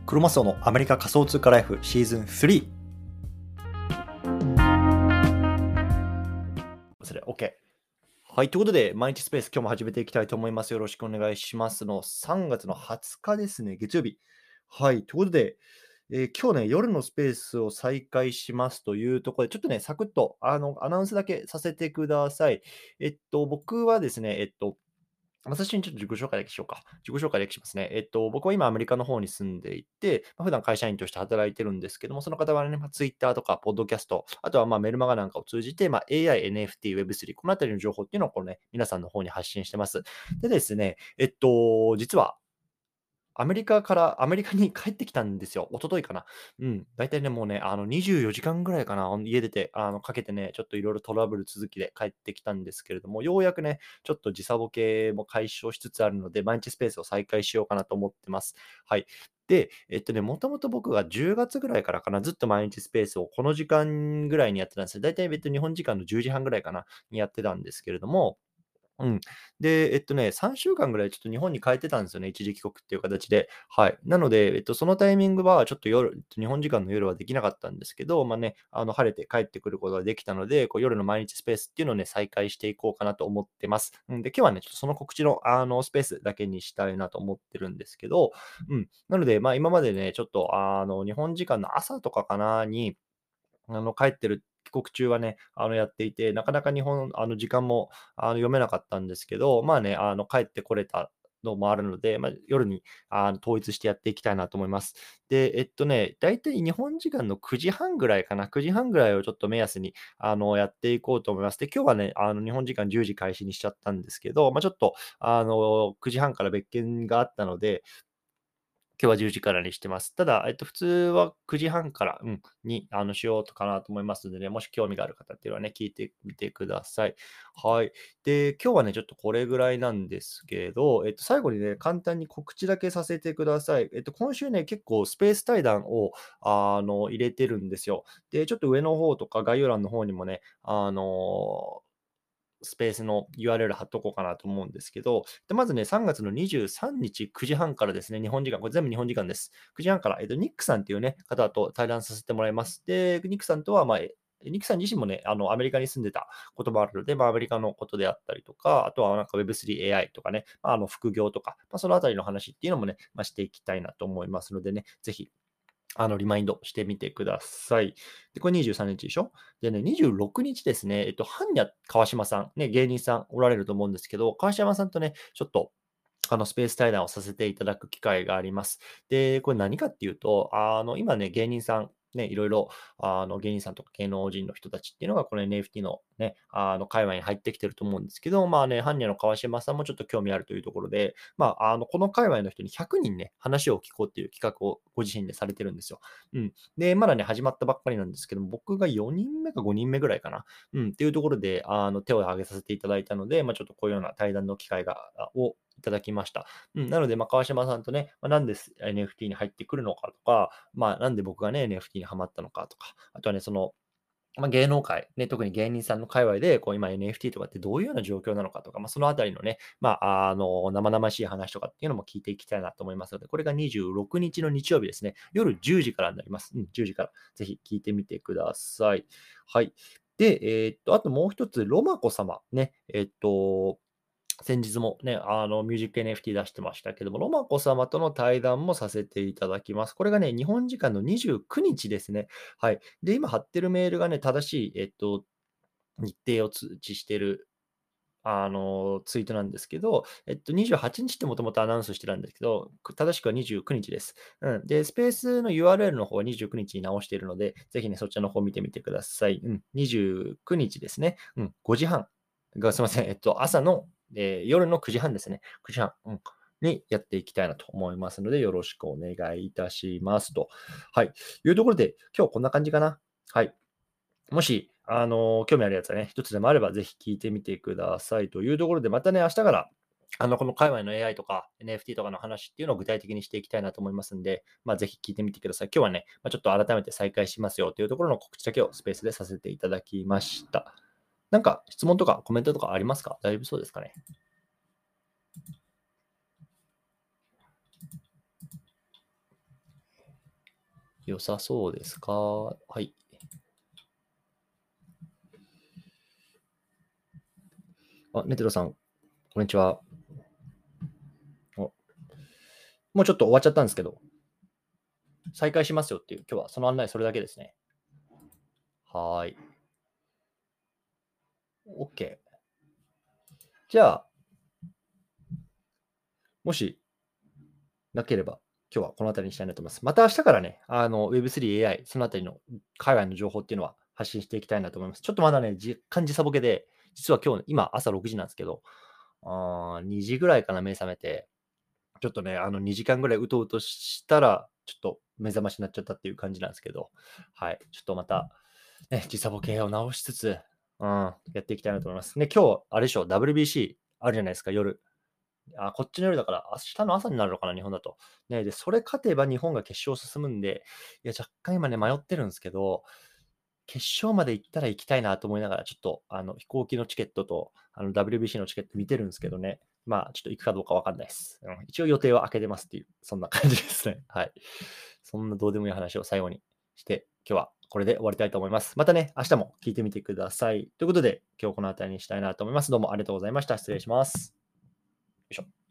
クロマスオのアメリカ仮想通貨ライフシーズン3。それ OK。はい、ということで、毎日スペース、今日も始めていきたいと思います。よろしくお願いしますの3月の20日ですね、月曜日。はい、ということで、今日ね、夜のスペースを再開しますというところで、ちょっとね、サクッとアナウンスだけさせてください。僕はですね、最初にちょっと自己紹介だけしようか。自己紹介だけしますね。僕は今アメリカの方に住んでいて、普段会社員として働いてるんですけども、その方はね、Twitter とか、ポッドキャスト、あとはメルマガなんかを通じて、AI、NFT、Web3、このあたりの情報っていうのをこうね、皆さんの方に発信してます。でですね、実は、アメリカに帰ってきたんですよ。一昨日かな。だいたいね、もうね、24時間ぐらいかな、家出て、かけてね、ちょっといろいろトラブル続きで帰ってきたんですけれども、ようやくね、ちょっと時差ボケも解消しつつあるので、毎日スペースを再開しようかなと思ってます。はい。で、もともと僕が10月ぐらいからかな、ずっと毎日スペースをこの時間ぐらいにやってたんですよ。だいたい日本時間の10時半ぐらいかな、にやってたんですけれども、うん。で、3週間ぐらいちょっと日本に帰ってたんですよね、一時帰国っていう形で。はい。なので、そのタイミングはちょっと日本時間の夜はできなかったんですけど、晴れて帰ってくることができたので、こう夜の毎日スペースっていうのをね、再開していこうかなと思ってます。で、今日はね、ちょっとその告知の、スペースだけにしたいなと思ってるんですけど、なので、今までね、ちょっと、日本時間の朝とかかなに、帰ってる帰国中はね、やっていて、なかなか時間も、読めなかったんですけど、帰ってこれたのもあるので、夜に、統一してやっていきたいなと思います。で、だいたい日本時間の9時半ぐらいかな、9時半ぐらいをちょっと目安に、やっていこうと思います。で、今日はね、日本時間10時開始にしちゃったんですけど、ちょっと、9時半から別件があったので、今日は10時からにしてます。ただ、普通は9時半から、に、しようとかなと思いますのでね、もし興味がある方っていうのはね、聞いてみてください。はい。で、今日はね、ちょっとこれぐらいなんですけど、最後にね、簡単に告知だけさせてください。今週ね、結構スペース対談を、入れてるんですよ。で、ちょっと上の方とか概要欄の方にもね、スペースの URL 貼っとこうかなと思うんですけど、でまずね、3月の23日9時半からですね、日本時間、これ全部日本時間です。9時半から、ニックさんっていうね、方と対談させてもらいます。で、ニックさんとは、ニックさん自身もね、アメリカに住んでたこともあるので、アメリカのことであったりとか、あとはなんか Web3AI とかね、副業とか、そのあたりの話っていうのもね、していきたいなと思いますのでね、ぜひリマインドしてみてください。で、これ23日でしょ。でね、26日ですね、ハンニャ川島さん、ね、芸人さんおられると思うんですけど、川島さんとね、ちょっと、スペース対談をさせていただく機会があります。で、これ何かっていうと、今ね、芸人さん、ね、いろいろ、芸人さんとか芸能人の人たちっていうのが、この NFT のね、界隈に入ってきてると思うんですけど、ハンニャの川島さんもちょっと興味あるというところで、この界隈の人に100人ね、話を聞こうっていう企画をご自身でされてるんですよ。で、まだね、始まったばっかりなんですけど、僕が4人目か5人目ぐらいかな。っていうところで、手を挙げさせていただいたので、ちょっとこういうような対談の機会をいただきました。なので、川島さんとね、なんで NFT に入ってくるのかとか、なんで僕がね、NFT にハマったのかとか、あとはね、芸能界、ね、特に芸人さんの界隈で、こう今 NFT とかってどういうような状況なのかとか、そのあたりのね、生々しい話とかっていうのも聞いていきたいなと思いますので、これが26日の日曜日ですね。夜10時からになります。10時から。ぜひ聞いてみてください。はい。で、あともう一つ、ロマコ様ね。先日もね、ミュージック NFT 出してましたけども、ロマコ様との対談もさせていただきます。これがね、日本時間の29日ですね。はい。で、今貼ってるメールがね、正しい、日程を通知してる、ツイートなんですけど、28日ってもともとアナウンスしてたんですけど、正しくは29日です。で、スペースの URL の方は29日に直しているので、ぜひね、そちらの方見てみてください。29日ですね。5時半すいません。朝の夜の9時半ですね。9時半、にやっていきたいなと思いますので、よろしくお願いいたしますと。はい。いうところで、今日こんな感じかな。はい。もし、興味あるやつはね、一つでもあれば、ぜひ聞いてみてくださいというところで、またね、明日から、この界隈の AI とか NFT とかの話っていうのを具体的にしていきたいなと思いますんで、ぜひ聞いてみてください。今日はね、ちょっと改めて再開しますよというところの告知だけをスペースでさせていただきました。なんか質問とかコメントとかありますか？大丈夫そうですかね？ 良さそうですか？はい。ネテロさん、こんにちは。もうちょっと終わっちゃったんですけど、再開しますよっていう、今日はその案内それだけですね。はーい。OK。じゃあ、もしなければ、今日はこの辺りにしたいなと思います。また明日からね、Web3、AI、そのあたりの海外の情報っていうのは発信していきたいなと思います。ちょっとまだね、若干時差ボケで、実は今日、今朝6時なんですけど、2時ぐらいかな、目覚めて、ちょっとね、2時間ぐらいうとうとしたら、ちょっと目覚ましになっちゃったっていう感じなんですけど、はい、ちょっとまた、ね、時差ボケを直しつつ、やっていきたいなと思います。ね、今日、あれでしょ、WBC あるじゃないですか、夜。こっちの夜だから、明日の朝になるのかな、日本だと。ね、で、それ勝てば日本が決勝進むんで、いや、若干今ね、迷ってるんですけど、決勝まで行ったら行きたいなと思いながら、ちょっと、飛行機のチケットと、WBC のチケット見てるんですけどね。まあ、ちょっと行くかどうかわかんないです。一応予定は開けてますっていう、そんな感じですね。はい。そんなどうでもいい話を最後にして、今日はこれで終わりたいと思います。またね、明日も聞いてみてください。ということで、今日この辺りにしたいなと思います。どうもありがとうございました。失礼します。よいしょ。